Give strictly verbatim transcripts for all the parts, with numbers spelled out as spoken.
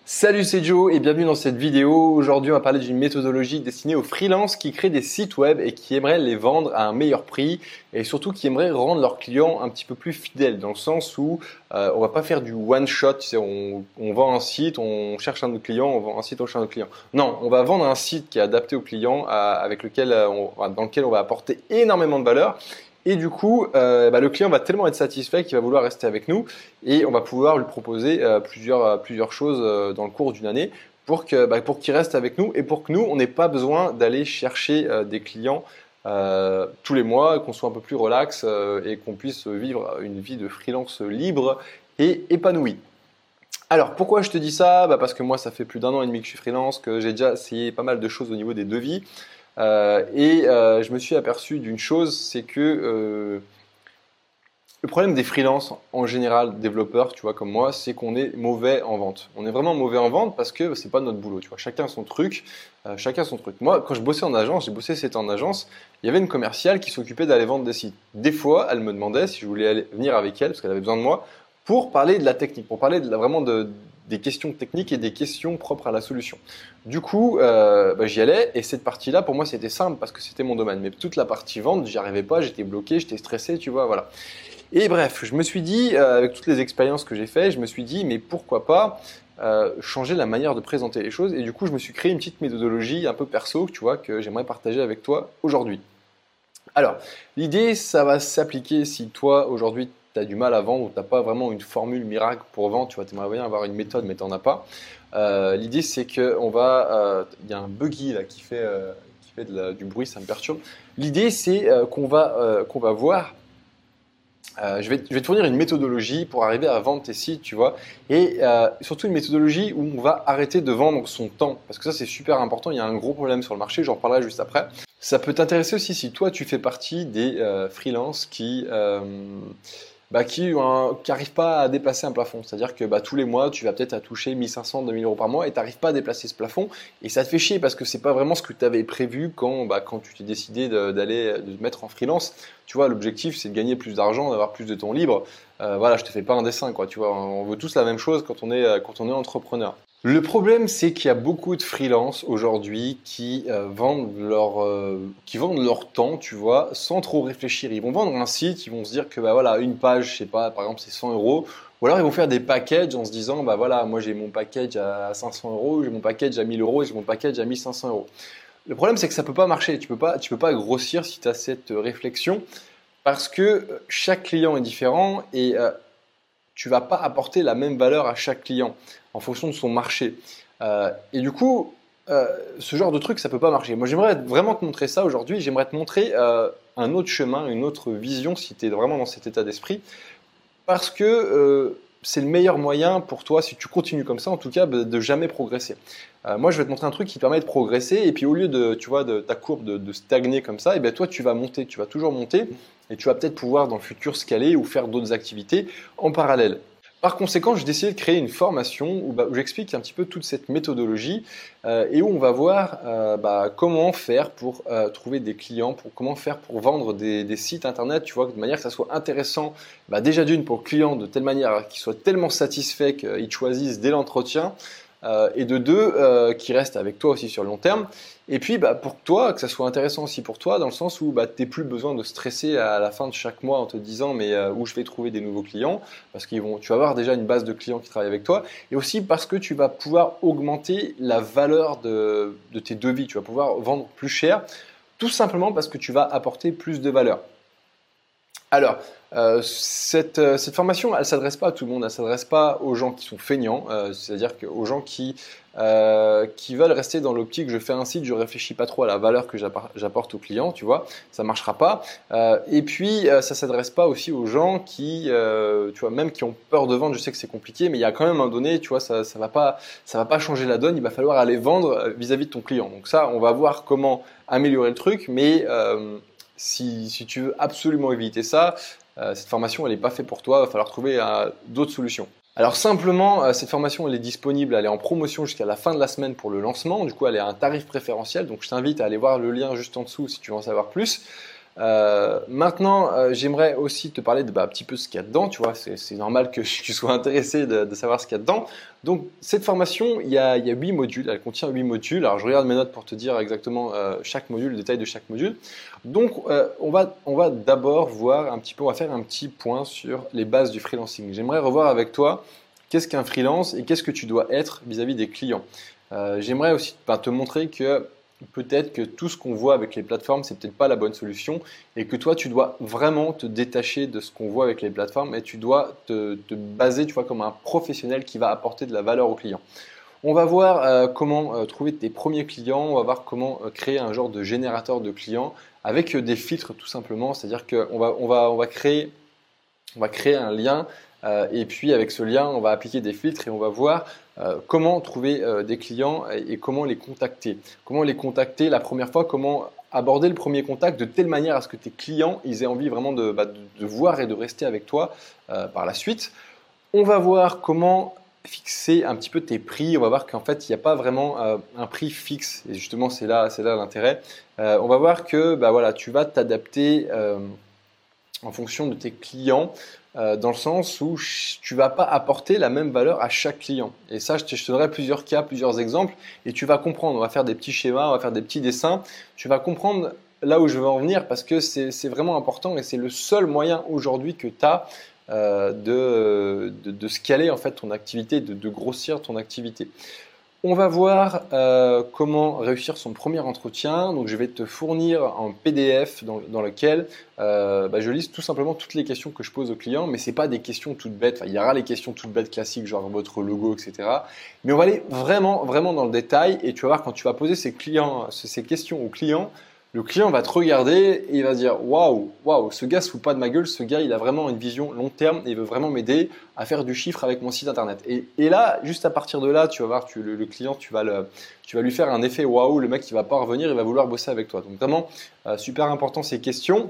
Salut, c'est Joe et bienvenue dans cette vidéo. Aujourd'hui, on va parler d'une méthodologie destinée aux freelances qui créent des sites web et qui aimeraient les vendre à un meilleur prix et surtout qui aimeraient rendre leurs clients un petit peu plus fidèles dans le sens où euh, on va pas faire du one shot, tu sais, on, on vend un site, on cherche un autre client, on vend un site, on cherche un autre client. Non, on va vendre un site qui est adapté au client, à, avec lequel on, dans lequel on va apporter énormément de valeur. Et du coup, euh, bah, le client va tellement être satisfait qu'il va vouloir rester avec nous et on va pouvoir lui proposer euh, plusieurs, euh, plusieurs choses euh, dans le cours d'une année pour que, bah, pour qu'il reste avec nous et pour que nous, on n'ait pas besoin d'aller chercher euh, des clients euh, tous les mois, qu'on soit un peu plus relax euh, et qu'on puisse vivre une vie de freelance libre et épanouie. Alors, pourquoi je te dis ça? Bah, parce que moi, ça fait plus d'un an et demi que je suis freelance, que j'ai déjà essayé pas mal de choses au niveau des devis. Euh, et euh, je me suis aperçu d'une chose, c'est que euh, le problème des freelances en général, développeurs, tu vois, comme moi, c'est qu'on est mauvais en vente. On est vraiment mauvais en vente parce que c'est pas notre boulot, tu vois. Chacun son truc, euh, chacun son truc. Moi, quand je bossais en agence, j'ai bossé sept ans en agence, il y avait une commerciale qui s'occupait d'aller vendre des sites. Des fois, elle me demandait si je voulais aller venir avec elle parce qu'elle avait besoin de moi pour parler de la technique, pour parler de la, vraiment de des questions techniques et des questions propres à la solution. Du coup, euh, bah, j'y allais et cette partie-là, pour moi, c'était simple parce que c'était mon domaine. Mais toute la partie vente, j'y arrivais pas, j'étais bloqué, j'étais stressé, tu vois, voilà. Et bref, je me suis dit, euh, avec toutes les expériences que j'ai faites, je me suis dit, mais pourquoi pas euh, changer la manière de présenter les choses. Et du coup, je me suis créé une petite méthodologie un peu perso, tu vois, que j'aimerais partager avec toi aujourd'hui. Alors, l'idée, ça va s'appliquer si toi, aujourd'hui, tu as du mal à vendre ou tu n'as pas vraiment une formule miracle pour vendre, tu vois, tu aimerais bien avoir une méthode mais tu n'en as pas. Euh, l'idée c'est qu'on va, euh, il y a un buggy là qui fait, euh, qui fait de la, du bruit, ça me perturbe. L'idée c'est euh, qu'on va, euh, qu'on va voir, euh, je, vais, je vais te fournir une méthodologie pour arriver à vendre tes sites, tu vois, et euh, surtout une méthodologie où on va arrêter de vendre son temps, parce que ça c'est super important, il y a un gros problème sur le marché, j'en reparlerai juste après. Ça peut t'intéresser aussi si toi tu fais partie des euh, freelances qui... Euh, Bah, qui n'arrivent pas à dépasser un plafond. C'est-à-dire que bah, tous les mois, tu vas peut-être à toucher mille cinq cents, deux mille euros par mois et tu n'arrives pas à déplacer ce plafond. Et ça te fait chier parce que ce n'est pas vraiment ce que tu avais prévu quand, bah, quand tu t'es décidé d'aller de te mettre en freelance. Tu vois, l'objectif, c'est de gagner plus d'argent, d'avoir plus de temps libre. Euh, voilà, je te fais pas un dessin, quoi. Tu vois, on veut tous la même chose quand on est, quand on est entrepreneur. Le problème, c'est qu'il y a beaucoup de freelances aujourd'hui qui, euh, vendent leur, euh, qui vendent leur temps, tu vois, sans trop réfléchir. Ils vont vendre un site, ils vont se dire que bah, voilà, une page, je sais pas, par exemple, c'est cent euros. Ou alors ils vont faire des packages en se disant, bah voilà, moi j'ai mon package à cinq cents euros, j'ai mon package à mille euros et j'ai mon package à mille cinq cents euros. Le problème, c'est que ça peut pas marcher. Tu peux pas, tu peux pas grossir si tu as cette réflexion parce que chaque client est différent et euh, tu vas pas apporter la même valeur à chaque client en fonction de son marché. Euh, et du coup, euh, ce genre de truc, ça peut pas marcher. Moi, j'aimerais vraiment te montrer ça aujourd'hui. J'aimerais te montrer euh, un autre chemin, une autre vision si tu es vraiment dans cet état d'esprit. Parce que euh, c'est le meilleur moyen pour toi, si tu continues comme ça, en tout cas, de jamais progresser. Euh, moi, je vais te montrer un truc qui permet de progresser. Et puis, au lieu de, tu vois, de ta courbe de, de stagner comme ça, et bien toi, tu vas monter. Tu vas toujours monter. Et tu vas peut-être pouvoir dans le futur scaler ou faire d'autres activités en parallèle. Par conséquent, j'ai décidé de créer une formation où, bah, où j'explique un petit peu toute cette méthodologie euh, et où on va voir euh, bah, comment faire pour euh, trouver des clients, pour comment faire pour vendre des, des sites internet, tu vois, de manière que ça soit intéressant, bah, déjà d'une pour le client, de telle manière qu'il soit tellement satisfait qu'il te choisisse dès l'entretien, euh, et de deux, euh, qu'il reste avec toi aussi sur le long terme. Et puis bah, pour toi, que ça soit intéressant aussi pour toi, dans le sens où bah, tu n'as plus besoin de stresser à la fin de chaque mois en te disant mais euh, où je vais trouver des nouveaux clients, parce que tu vas avoir déjà une base de clients qui travaillent avec toi, et aussi parce que tu vas pouvoir augmenter la valeur de, de tes devis, tu vas pouvoir vendre plus cher, tout simplement parce que tu vas apporter plus de valeur. Alors, euh, cette, euh, cette formation, elle ne s'adresse pas à tout le monde, elle ne s'adresse pas aux gens qui sont feignants, euh, c'est-à-dire aux gens qui, euh, qui veulent rester dans l'optique je fais un site, je ne réfléchis pas trop à la valeur que j'apporte au client, tu vois, ça ne marchera pas. Euh, et puis, euh, ça ne s'adresse pas aussi aux gens qui, euh, tu vois, même qui ont peur de vendre, je sais que c'est compliqué, mais il y a quand même un donné, tu vois, ça ne va pas, ça va pas changer la donne, il va falloir aller vendre vis-à-vis de ton client. Donc ça, on va voir comment améliorer le truc, mais... Euh, Si, si tu veux absolument éviter ça, euh, cette formation elle n'est pas faite pour toi, il va falloir trouver euh, d'autres solutions. Alors simplement, euh, cette formation elle est disponible, elle est en promotion jusqu'à la fin de la semaine pour le lancement, du coup elle est à un tarif préférentiel, donc je t'invite à aller voir le lien juste en dessous si tu veux en savoir plus. Euh, maintenant, euh, j'aimerais aussi te parler de bah, un petit peu ce qu'il y a dedans, tu vois, c'est normal que tu sois intéressé de, de savoir ce qu'il y a dedans. Donc, cette formation, il y a, il y a huit modules, elle contient huit modules. Alors, je regarde mes notes pour te dire exactement euh, chaque module, le détail de chaque module. Donc, euh, on va, on va d'abord voir un petit peu, on va faire un petit point sur les bases du freelancing. J'aimerais revoir avec toi qu'est-ce qu'un freelance et qu'est-ce que tu dois être vis-à-vis des clients. Euh, J'aimerais aussi bah, te montrer que peut-être que tout ce qu'on voit avec les plateformes, c'est peut-être pas la bonne solution et que toi, tu dois vraiment te détacher de ce qu'on voit avec les plateformes et tu dois te, te baser, tu vois, comme un professionnel qui va apporter de la valeur aux clients. On va voir euh, comment euh, trouver tes premiers clients, on va voir comment euh, créer un genre de générateur de clients avec euh, des filtres tout simplement, c'est-à-dire qu'on va, on va, on va créer, on va créer un lien euh, et puis avec ce lien, on va appliquer des filtres et on va voir euh, comment trouver euh, des clients et, et comment les contacter. Comment les contacter la première fois, comment aborder le premier contact de telle manière à ce que tes clients ils aient envie vraiment de, bah, de, de voir et de rester avec toi euh, par la suite. On va voir comment fixer un petit peu tes prix. On va voir qu'en fait, il n'y a pas vraiment euh, un prix fixe. Et justement, c'est là, c'est là l'intérêt. Euh, on va voir que bah, voilà, tu vas t'adapter euh, en fonction de tes clients, euh, dans le sens où tu ne vas pas apporter la même valeur à chaque client. Et ça, je te, je te donnerai plusieurs cas, plusieurs exemples, et tu vas comprendre. On va faire des petits schémas, on va faire des petits dessins. Tu vas comprendre là où je veux en venir parce que c'est vraiment important et c'est le seul moyen aujourd'hui que tu as euh, de, de, de scaler en fait ton activité, de, de grossir ton activité. On va voir euh, comment réussir son premier entretien. Donc, je vais te fournir un P D F dans, dans lequel euh, bah, je liste tout simplement toutes les questions que je pose aux clients, mais ce n'est pas des questions toutes bêtes. Enfin, il y aura les questions toutes bêtes classiques, genre votre logo, et cetera. Mais on va aller vraiment, vraiment dans le détail et tu vas voir quand tu vas poser ces, clients, ces questions aux clients, le client va te regarder et il va se dire waouh, waouh, ce gars se fout pas de ma gueule, ce gars il a vraiment une vision long terme et il veut vraiment m'aider à faire du chiffre avec mon site internet. Et, et là, juste à partir de là, tu vas voir, tu, le, le client, tu vas, le, tu vas lui faire un effet waouh, le mec il va pas revenir, il va vouloir bosser avec toi. Donc vraiment, euh, super important ces questions.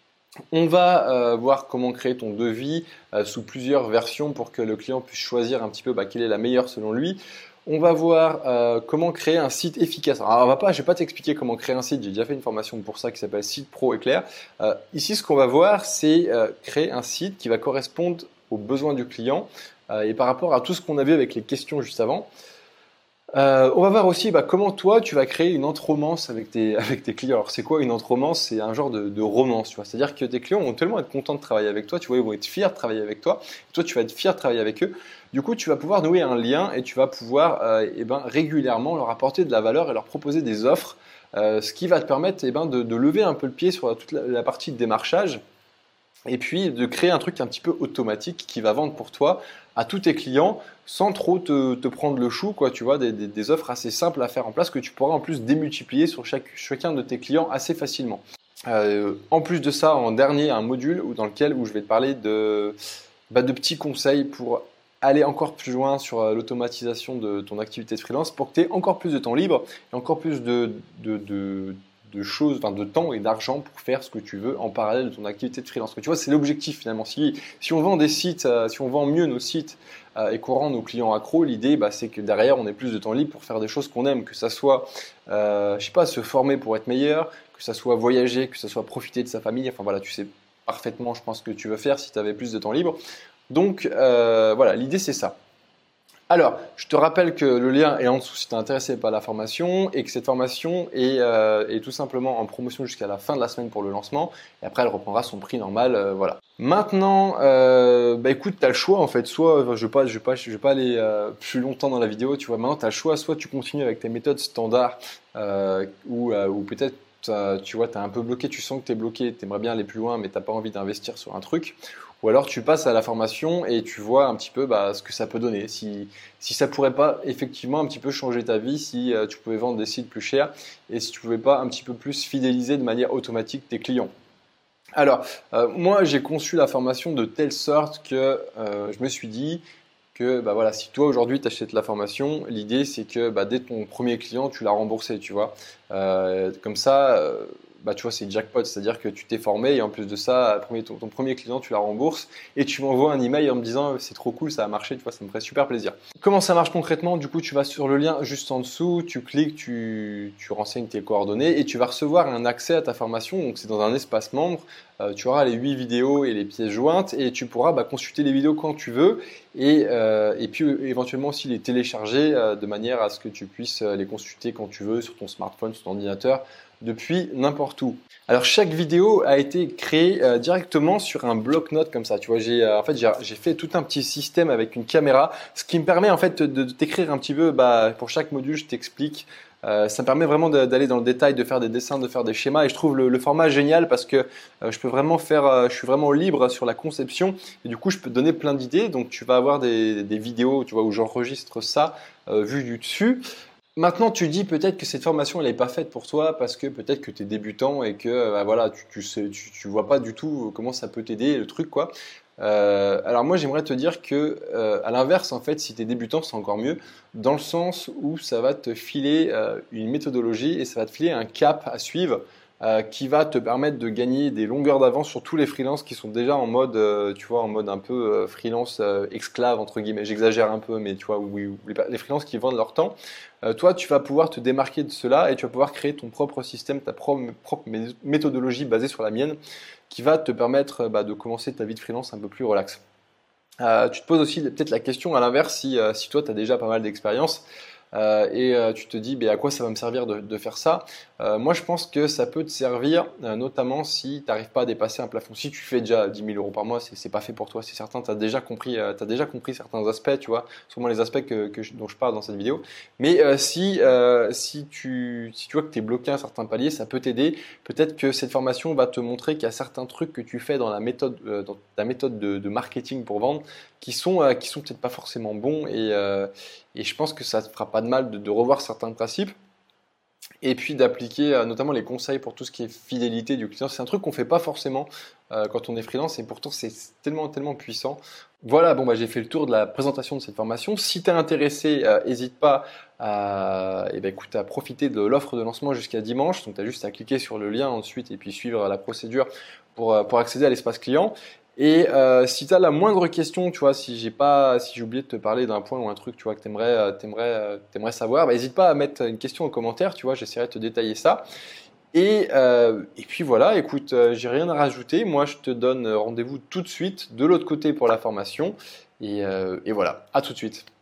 On va euh, voir comment créer ton devis euh, sous plusieurs versions pour que le client puisse choisir un petit peu bah, quelle est la meilleure selon lui. On va voir euh, comment créer un site efficace. Alors, on va pas, je ne vais pas t'expliquer comment créer un site, j'ai déjà fait une formation pour ça qui s'appelle Site Pro Éclair. Euh, ici, ce qu'on va voir, c'est euh, créer un site qui va correspondre aux besoins du client euh, et par rapport à tout ce qu'on a vu avec les questions juste avant. Euh, on va voir aussi bah, comment toi tu vas créer une entre-romance avec tes, avec tes clients. Alors c'est quoi une entre-romance? C'est un genre de, de romance, tu vois. C'est-à-dire que tes clients vont tellement être contents de travailler avec toi, tu vois, ils vont être fiers de travailler avec toi. Toi tu vas être fier de travailler avec eux. Du coup tu vas pouvoir nouer un lien et tu vas pouvoir euh, eh ben, régulièrement leur apporter de la valeur et leur proposer des offres, euh, ce qui va te permettre eh ben, de, de lever un peu le pied sur toute la, la partie de démarchage. Et puis de créer un truc un petit peu automatique qui va vendre pour toi à tous tes clients sans trop te, te prendre le chou, quoi, tu vois, des, des, des offres assez simples à faire en place que tu pourras en plus démultiplier sur chaque, chacun de tes clients assez facilement. Euh, en plus de ça, en dernier, un module où, dans lequel où je vais te parler de, bah, de petits conseils pour aller encore plus loin sur l'automatisation de ton activité de freelance pour que tu aies encore plus de temps libre et encore plus de, de, de de choses, enfin de temps et d'argent pour faire ce que tu veux en parallèle de ton activité de freelance. Mais tu vois, c'est l'objectif finalement. Si, si on vend des sites, euh, si on vend mieux nos sites euh, et qu'on rend nos clients accros, l'idée bah, c'est que derrière on ait plus de temps libre pour faire des choses qu'on aime, que ça soit, euh, je sais pas, se former pour être meilleur, que ça soit voyager, que ça soit profiter de sa famille. Enfin voilà, tu sais parfaitement, je pense, ce que tu veux faire si tu avais plus de temps libre. Donc euh, voilà, l'idée c'est ça. Alors, je te rappelle que le lien est en dessous si tu es intéressé par la formation et que cette formation est, euh, est tout simplement en promotion jusqu'à la fin de la semaine pour le lancement et après elle reprendra son prix normal. Euh, voilà. Maintenant, euh, bah écoute, tu as le choix en fait. Soit, enfin, je ne vais, vais, pas, je vais pas aller euh, plus longtemps dans la vidéo, tu vois. Maintenant, tu as le choix. Soit tu continues avec tes méthodes standards euh, ou, euh, ou peut-être tu vois, tu es un peu bloqué, tu sens que tu es bloqué, tu aimerais bien aller plus loin mais tu n'as pas envie d'investir sur un truc. Ou alors tu passes à la formation et tu vois un petit peu bah, ce que ça peut donner. Si, si ça pourrait pas effectivement un petit peu changer ta vie, si euh, tu pouvais vendre des sites plus chers et si tu pouvais pas un petit peu plus fidéliser de manière automatique tes clients. Alors, euh, moi j'ai conçu la formation de telle sorte que euh, je me suis dit que bah, voilà, si toi aujourd'hui tu achètes la formation, l'idée c'est que bah, dès ton premier client tu l'as remboursé, tu vois. Euh, comme ça. Euh, bah, tu vois, c'est jackpot, c'est-à-dire que tu t'es formé et en plus de ça, premier, ton, ton premier client, tu la rembourses et tu m'envoies un email en me disant c'est trop cool, ça a marché, tu vois, ça me ferait super plaisir. Comment ça marche concrètement? Du coup, tu vas sur le lien juste en dessous, tu cliques, tu, tu renseignes tes coordonnées et tu vas recevoir un accès à ta formation. Donc, c'est dans un espace membre. Euh, tu auras les huit vidéos et les pièces jointes et tu pourras bah, consulter les vidéos quand tu veux et, euh, et puis éventuellement aussi les télécharger euh, de manière à ce que tu puisses les consulter quand tu veux sur ton smartphone, sur ton ordinateur, depuis n'importe où. Alors chaque vidéo a été créée euh, directement sur un bloc-notes comme ça. Tu vois, j'ai euh, en fait j'ai fait tout un petit système avec une caméra, ce qui me permet en fait de, de t'écrire un petit peu. Bah, pour chaque module, je t'explique. Euh, ça me permet vraiment d'aller dans le détail, de faire des dessins, de faire des schémas. Et je trouve le, le format génial parce que euh, je peux vraiment faire, euh, je suis vraiment libre sur la conception. Et du coup, je peux te donner plein d'idées. Donc, tu vas avoir des, des vidéos, tu vois, où j'enregistre ça euh, vu du dessus. Maintenant, tu dis peut-être que cette formation elle n'est pas faite pour toi parce que peut-être que tu es débutant et que euh, voilà, tu, tu sais, tu, tu vois pas du tout comment ça peut t'aider le truc quoi. Euh, alors moi j'aimerais te dire que euh, à l'inverse en fait si tu es débutant c'est encore mieux dans le sens où ça va te filer euh, une méthodologie et ça va te filer un cap à suivre euh, qui va te permettre de gagner des longueurs d'avance sur tous les freelances qui sont déjà en mode euh, tu vois en mode un peu euh, freelance euh, esclave entre guillemets, j'exagère un peu mais tu vois oui, oui, les, les freelances qui vendent leur temps. Euh, toi tu vas pouvoir te démarquer de cela et tu vas pouvoir créer ton propre système, ta propre, propre méthodologie basée sur la mienne qui va te permettre bah, de commencer ta vie de freelance un peu plus relax. Euh, tu te poses aussi peut-être la question à l'inverse si, euh, si toi tu as déjà pas mal d'expérience euh, et euh, tu te dis bah, à quoi ça va me servir de, de faire ça. Euh, moi je pense que ça peut te servir euh, notamment si tu n'arrives pas à dépasser un plafond. Si tu fais déjà dix mille euros par mois, c'est pas fait pour toi, c'est certain, tu as déjà compris, euh, t'as déjà compris certains aspects, tu vois, sûrement les aspects que, que je, dont je parle dans cette vidéo. Mais euh, si, euh, si, tu, si tu vois que tu es bloqué à un certain palier, ça peut t'aider. Peut-être que cette formation va te montrer qu'il y a certains trucs que tu fais dans la méthode, euh, dans ta méthode de, de marketing pour vendre qui sont, euh, qui sont peut-être pas forcément bons et, euh, et je pense que ça ne te fera pas de mal de, de revoir certains principes et puis d'appliquer euh, notamment les conseils pour tout ce qui est fidélité du client. C'est un truc qu'on ne fait pas forcément euh, quand on est freelance et pourtant c'est tellement tellement puissant. Voilà, bon bah j'ai fait le tour de la présentation de cette formation. Si tu es intéressé, n'hésite euh, pas à, eh ben, écoute, à profiter de l'offre de lancement jusqu'à dimanche. Donc tu as juste à cliquer sur le lien ensuite et puis suivre la procédure pour, euh, pour accéder à l'espace client. Et euh, si tu as la moindre question, tu vois, si j'ai pas, si j'ai oublié de te parler d'un point ou un truc, tu vois, que t'aimerais, euh, t'aimerais, euh, t'aimerais savoir, bah, n'hésite pas à mettre une question en commentaire, tu vois, j'essaierai de te détailler ça. Et, euh, et puis voilà, écoute, euh, j'ai rien à rajouter. Moi, je te donne rendez-vous tout de suite de l'autre côté pour la formation. Et, euh, et voilà, à tout de suite.